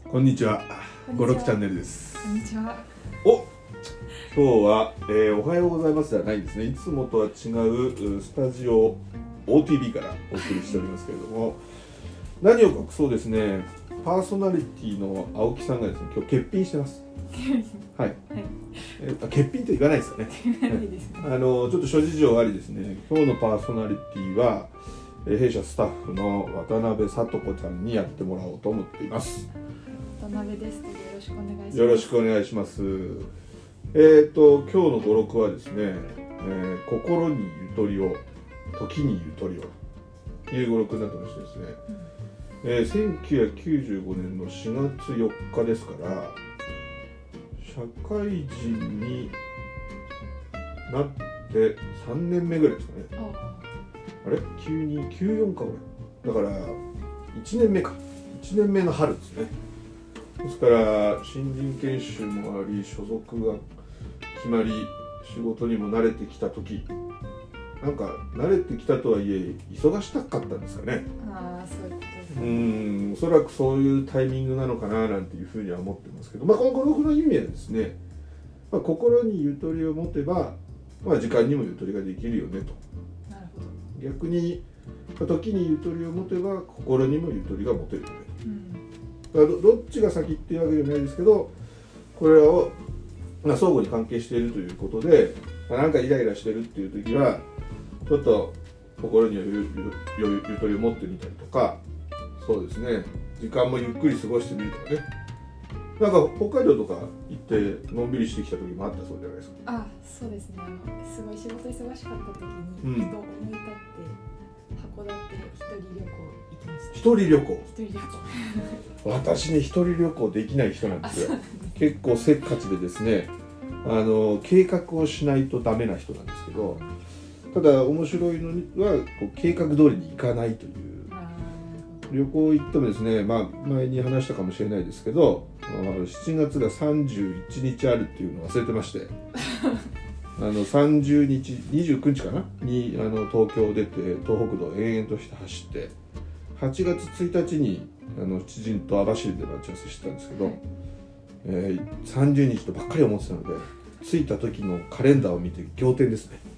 こんにちは。ゴロクチャンネルです。 こんにちは。 今日は、おはようございますではないんですね。いつもとは違うスタジオ OTB からお送りしておりますけれども、何を隠そうですね、パーソナリティの青木さんがですね、今日欠品してます。はい。欠品と言わないですかね。ちょっと諸事情ありですね、今日のパーソナリティは弊社スタッフの渡辺聡子ちゃんにやってもらおうと思っています。 渡辺です。よろしくお願いします。 よろしくお願いします。今日の語録はですね、心にゆとりを、時にゆとりをという語録になってましてですね、1995年の4月4日ですから、社会人になって3年目ぐらいですかね。あれ94か俺。だから1年目か。1年目の春ですね。ですから新人研修もあり、所属が決まり、仕事にも慣れてきた時、なんか慣れてきたとはいえ忙したかったんですかね。 そういうことですね。 おそらくそういうタイミングなのかななんていうふうには思ってますけど、この語録の意味はですね、心にゆとりを持てば、時間にもゆとりができるよねと。 なるほど。 逆に時にゆとりを持てば心にもゆとりが持てるよね。どっちが先っていうわけじゃないですけど、これを相互に関係しているということで、なんかイライラしてるっていう時はちょっと心にゆとりを持ってみたりとか、そうですね、時間もゆっくり過ごしてみるとかね。なんか北海道とか行ってのんびりしてきた時もあったそうじゃないですか。 そうですね。すごい仕事忙しかった時に、ふと思い立って函館一人旅行行きました。 一人旅行。 一人旅行。 私ね、一人旅行できない人なんですよ。結構せっかちでですね、計画をしないとダメな人なんですけど、ただ面白いのは計画通りに行かないという。旅行行ってもですね、前に話したかもしれないですけど、7月が31日あるっていうのを忘れてまして30日29日かなに東京を出て東北道を延々として走って、8月1日に知人と網走で待ち合わせしてたんですけど、30日とばっかり思ってたので、着いた時のカレンダーを見て仰天ですね。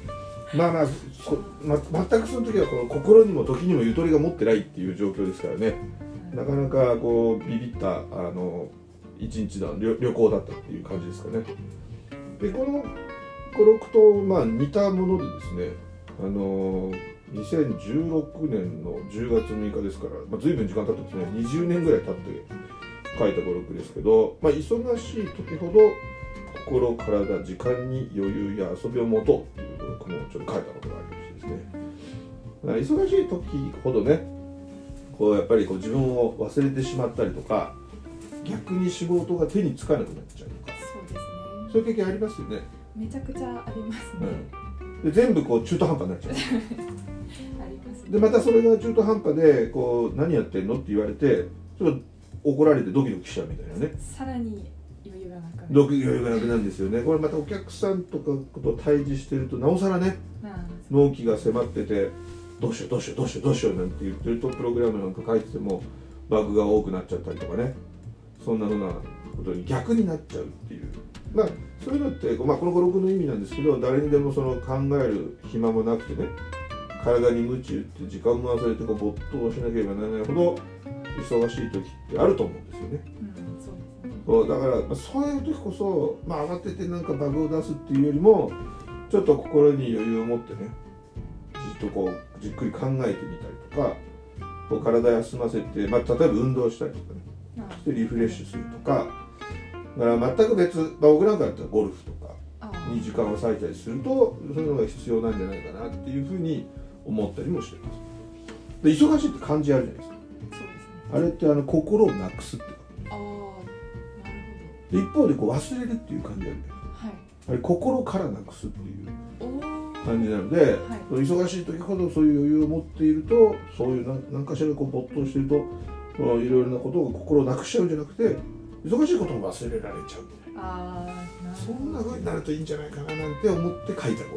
全くその時はこの心にも時にもゆとりが持ってないっていう状況ですからね、なかなかビビった一日の旅行だったっていう感じですかね。でこの語録と似たものでですね、2016年の10月6日ですから、随分時間経ってですね、20年ぐらい経って書いた語録ですけど、忙しい時ほど心、体、時間に余裕や遊びを持とうっていう語録もちょっと書いたことがありましてですね、忙しい時ほどね、やっぱり自分を忘れてしまったりとか、逆に仕事が手につかなくなっちゃうとか、 そうですね。 そういう経験ありますよね。 めちゃくちゃありますね。 で全部中途半端になっちゃう。 ありますね。 でまたそれが中途半端で何やってんのって言われて、ちょっと怒られてドキドキしちゃうみたいなね。 さらに余裕がなくなる。 余裕がなくなるんですよね。これまたお客さんとかと対峙してるとなおさらね、納期が迫ってて、どうしようなんて言ってると、プログラムなんか書いててもバグが多くなっちゃったりとかね、そんなふうなことに逆になっちゃうっていう、そういうのってこの語録の意味なんですけど、誰にでも考える暇もなくてね、体に鞭打って時間も忘れて没頭しなければならないほど忙しい時ってあると思うんですよね。そうですね。だから、そういう時こそ、慌ててなんかバグを出すっていうよりも、ちょっと心に余裕を持ってね、じっくり考えてみたりとか、体休ませて、例えば運動したりとかね、してリフレッシュするとか、だから全く別、僕なんかだったらゴルフとかに時間を割いたりすると、そういうのが必要なんじゃないかなっていうふうに思ったりもしています。で、忙しいって感じあるじゃないですか。 そうですね。あれって心をなくすっていうか。 なるほど。で一方で忘れるっていう感じあるじゃないですか。あれ心からなくすっていう感じなので、忙しい時ほどそういう余裕を持っていると、そういう何かしら没頭していると、いろいろなことを心をなくしちゃうんじゃなくて、忙しいことも忘れられちゃうみたいな、そんな風になるといいんじゃないかななんて思って書いた語録。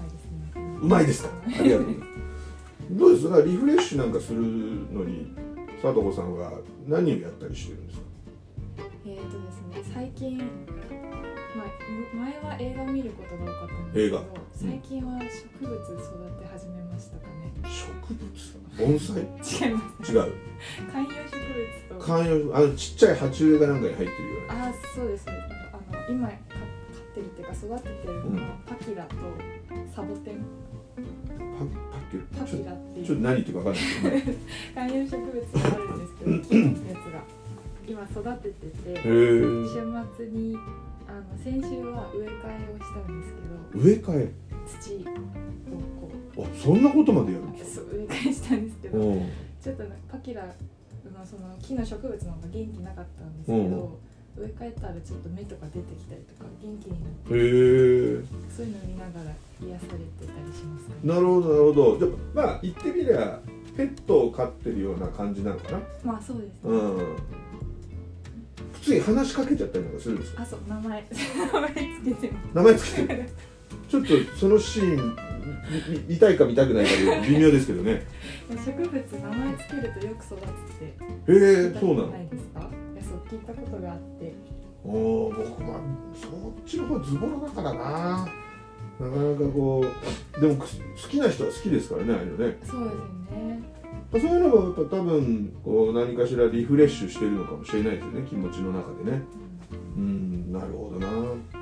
うまいですね。うまいですか。ありがとうございます。どうですか、リフレッシュなんかするのにさとこさんは何をやったりしてるんですか？ ですね、最近、前は映画見ることが多かったんですけど、最近は植物育て始めましたかね。 植物？盆栽？ 違います。 違う。 観葉植物と。 観葉、ちっちゃい鉢植えがなんかに入ってるよね。 あ、そうです。今飼ってるっていうか育ててるのはパキラとサボテン。パキラっていう。 ちょっと何言ってるか分かんないけどね。 観葉植物があるんですけど、木のやつが今育ててて、週末に先週は植え替えをしたんですけど。 植え替え？ 土をこう。あ、そんなことまでやるんですか？ そう、植え替えしたんですけど、ちょっとパキラのその木の植物の方が元気なかったんですけど、植え替えたらちょっと芽とか出てきたりとか元気になって、そういうのを見ながら癒されてたりしますかね。 なるほどなるほど。じゃまあ言ってみりゃペットを飼ってるような感じなのかな。 まあそうですね。 普通に話しかけちゃったりなんかするんですか？ あ、そう、名前つけてます。 名前つけてる。ちょっとそのシーン見たいか見たくないかで微妙ですけどね。 植物名前つけるとよく育つって。 そうなの？ ないですか？いや、そう聞いたことがあって。 僕はそっちの方ズボラだからな。なかなかこうでも好きな人は好きですからね、ああいうのね。 そうですよね。 そういうのがやっぱ多分こう何かしらリフレッシュしてるのかもしれないですよね、気持ちの中でね。なるほどな。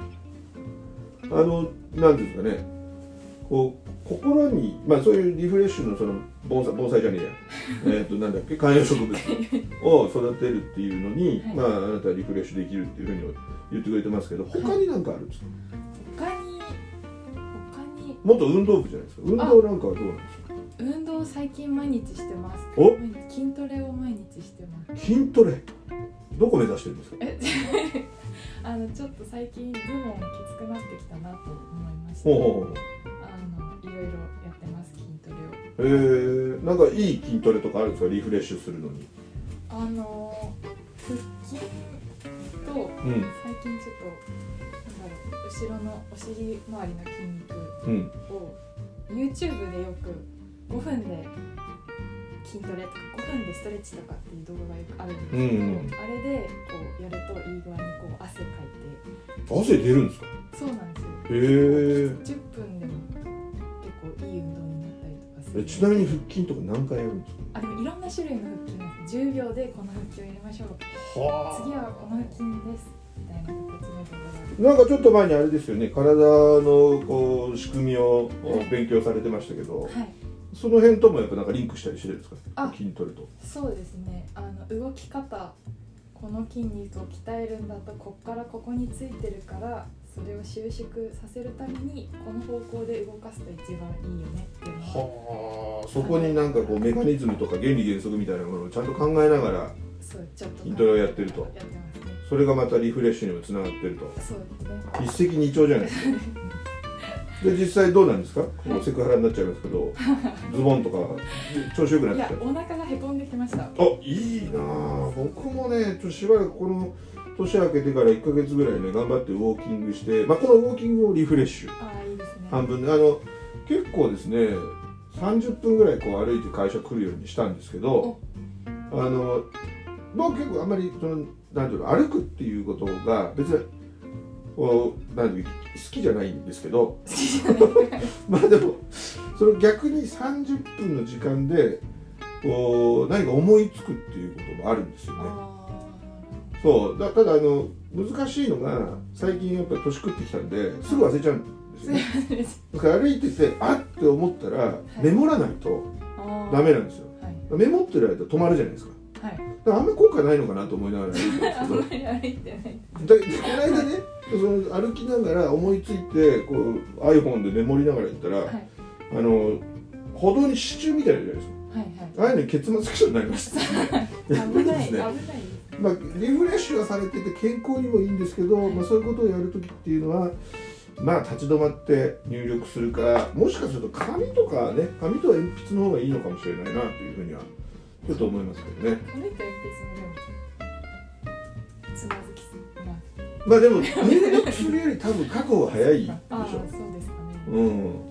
なんですかね、こう心にそういうリフレッシュのその盆栽じゃねえやなんだっけ、観葉植物を育てるっていうのに、あなたはリフレッシュできるっていうふうに言ってくれてますけど、他に何かあるんですか？ 他に元運動部じゃないですか。運動なんかはどうなんですか？ 運動最近毎日してます。筋トレを毎日してます。 筋トレ？どこ目指してるんですか？ ちょっと最近ズボンきつくなってきたなと思いまして、いろいろやってます、筋トレを。 なんかいい筋トレとかあるんですか？リフレッシュするのに。 腹筋と、最近ちょっと後ろのお尻周りの筋肉を、YouTube でよく5分で筋トレとか5分でストレッチとかっていう動画がよくあるんですけど、あれでこうやるといい具合にこう汗かいて。 汗出るんですか？ そうなんですよ。10分でも結構いい運動になったりとかする。 ちなみに腹筋とか何回やるんですか？ でもいろんな種類の腹筋なんです。10秒でこの腹筋をやりましょう、次はこの腹筋ですみたいな形の動画が。 なんかちょっと前にあれですよね、体のこう仕組みを勉強されてましたけど、その辺ともやっぱなんかリンクしたりしてるんですか？筋トレと。そうですね、動き方、この筋肉を鍛えるんだとこっからここについてるから、それを収縮させるためにこの方向で動かすと一番いいよねっていうのは。そこになんかこうメカニズムとか原理原則みたいなものをちゃんと考えながら筋トレをやってると。それがまたリフレッシュにもつながってると。そうですね。一石二鳥じゃないですか。で実際どうなんですか？セクハラになっちゃいますけど、ズボンとか調子よくなってきた。いや、お腹がへこんできました。いいなぁ。僕もね、しばらくこの年明けてから1ヶ月ぐらいね、頑張ってウォーキングして、このウォーキングをリフレッシュ。いいですね。半分で結構ですね、30分ぐらいこう歩いて会社来るようにしたんですけど、僕結構あんまりなんていうの、歩くっていうことが別になんていう好きじゃないんですけどでもそれ逆に30分の時間で何か思いつくっていうこともあるんですよね。そうただ難しいのが最近やっぱり年食ってきたんですぐ忘れちゃうんですよね。だから歩いててって思ったらメモらないとダメなんですよ。メモってる間止まるじゃないですか。だからあんまり効果ないのかなと思いながら歩いてるんですけど、この間ね、歩きながら思いついてこう iPhone でメモりながら行ったら、歩道に支柱みたいなのじゃないですか。ああいうのに結末症になりましたね。危ないですね。リフレッシュがされてて健康にもいいんですけど、そういうことをやるときっていうのは立ち止まって入力するか、もしかすると紙とかね、紙と鉛筆の方がいいのかもしれないなというふうにはちょっと思いますけどね。紙と鉛筆にでもつまずきそうな。でも入力するより多分書く方が早いでしょ。そうですかね。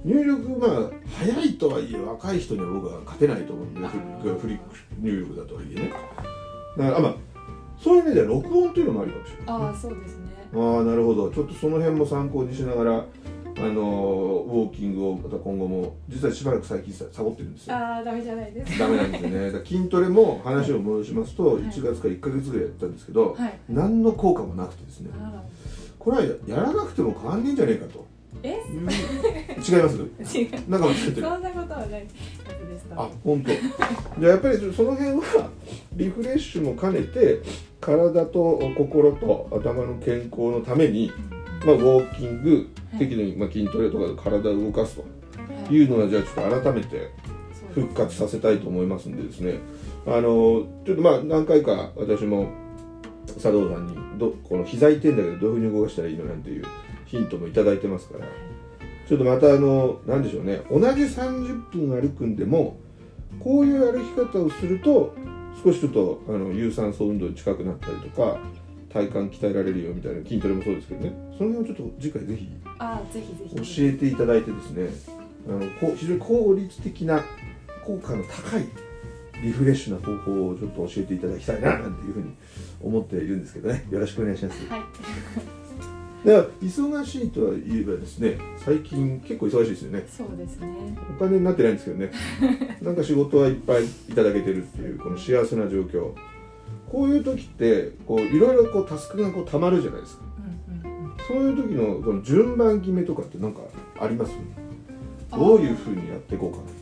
入力早いとはいえ若い人には僕は勝てないと思うんで、フリック入力だとはいえね。だからそういう意味では録音というのもありかもしれない、 そうですね。 なるほど。ちょっとその辺も参考にしながらウォーキングをまた今後も実はしばらく最近サボってるんですよ。 ダメじゃないですか。 ダメなんですよね。だから筋トレも話を戻しますと、1月から1ヶ月ぐらいやったんですけど、何の効果もなくてですね、これはやらなくても変わんねえんじゃねえかと。違います？ 違う。 なんか間違ってる。 そんなことはないやつでした。 本当。じゃあやっぱりその辺はリフレッシュも兼ねて、体と心と頭の健康のために、ウォーキング、適度に筋トレとかで体を動かすというのは、じゃあちょっと改めて復活させたいと思いますんでですね、ちょっと何回か私も佐藤さんにこの膝痛いんだけどどういうふうに動かしたらいいのなんていうヒントもいただいてますから、ちょっとまた何でしょうね、同じ30分歩くんでもこういう歩き方をすると少しちょっと有酸素運動に近くなったりとか、体幹鍛えられるよみたいな、筋トレもそうですけどね、その辺をちょっと次回ぜひ教えていただいてですね、非常に効率的な効果の高いリフレッシュな方法をちょっと教えていただきたいななんていうふうに思っているんですけどね、よろしくお願いします。では忙しいとはいえばですね、最近結構忙しいですよね。 そうですね。 お金になってないんですけどねなんか仕事はいっぱいいただけてるっていうこの幸せな状況。こういう時っていろいろタスクがたまるじゃないですか。そういう時のその順番決めとかって何かあります？どういうふうにやっていこうかなみ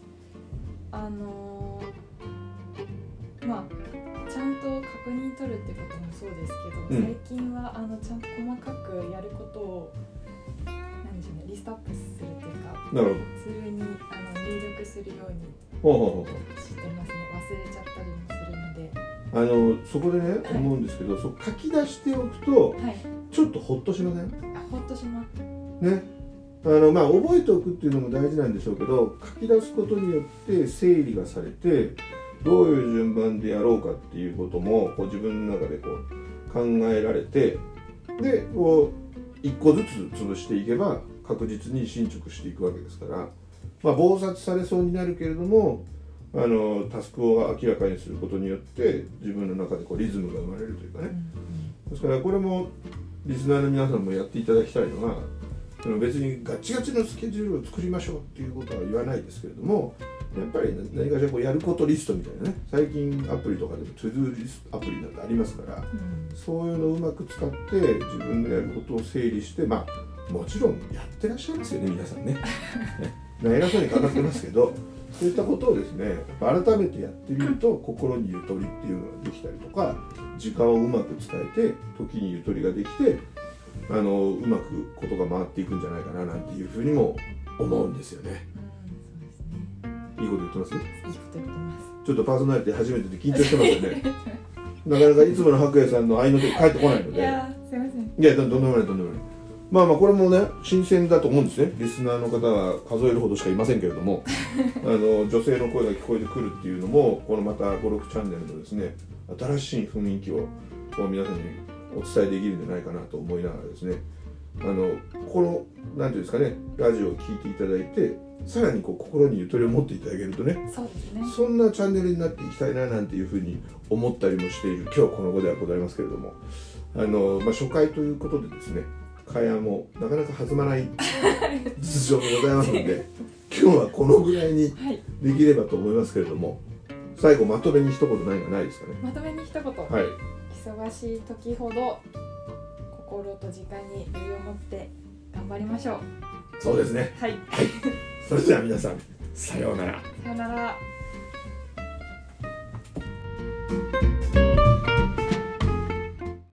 たいな。ちゃんと確認取るってこともそうですけど、最近はちゃんと細かくやることを何でしょうね、リストアップするっていうか、 なるほど、 ツールに入力するようにしてますね。忘れちゃったりもするので。 そこでね、思うんですけど、書き出しておくと、ちょっとホッとしません？ ホッとしますね。覚えておくっていうのも大事なんでしょうけど、書き出すことによって整理がされて、どういう順番でやろうかっていうことも自分の中で考えられて、で一個ずつ潰していけば確実に進捗していくわけですから、忙殺されそうになるけれども、タスクを明らかにすることによって自分の中でリズムが生まれるというかね、ですからこれもリスナーの皆さんもやっていただきたいのは、別にガチガチのスケジュールを作りましょうっていうことは言わないですけれども、やっぱり何かしらやることリストみたいなね、最近アプリとかでもトゥドゥーリストアプリなんてありますから、そういうのをうまく使って自分のやることを整理して、もちろんやってらっしゃいますよね、皆さんね偉そうに語ってますけど、そういったことをですね、改めてやってみると心にゆとりっていうのができたりとか、時間をうまく使えて時にゆとりができて、うまくことが回っていくんじゃないかななんていうふうにも思うんですよね。いいこと言ってます？いいこと言ってます。 ちょっとパーソナリティ初めてで緊張してますよねなかなかいつもの白衣さんの合いの手返ってこないので。 いやすいません。 いや、とんでもないとんでもない。これもね、新鮮だと思うんですね。リスナーの方は数えるほどしかいませんけれども女性の声が聞こえてくるっていうのも、このまたゴルフチャンネルのですね、新しい雰囲気を皆さんにお伝えできるんじゃないかなと思いながらですね、この何ていうんですかね、ラジオを聞いていただいて、さらに心にゆとりを持っていただけるとね、 そうですね、 そんなチャンネルになっていきたいななんていうふうに思ったりもしている今日この頃ではございますけれども、初回ということでですね、会話もなかなか弾まない実情でございますので今日はこのぐらいにできればと思いますけれども、最後まとめに一言何かないですかね。 まとめに一言、忙しい時ほど心と時間に余裕を持って頑張りましょう。 そうですね。 はい、 それでは皆さん、さようなら。 さようなら。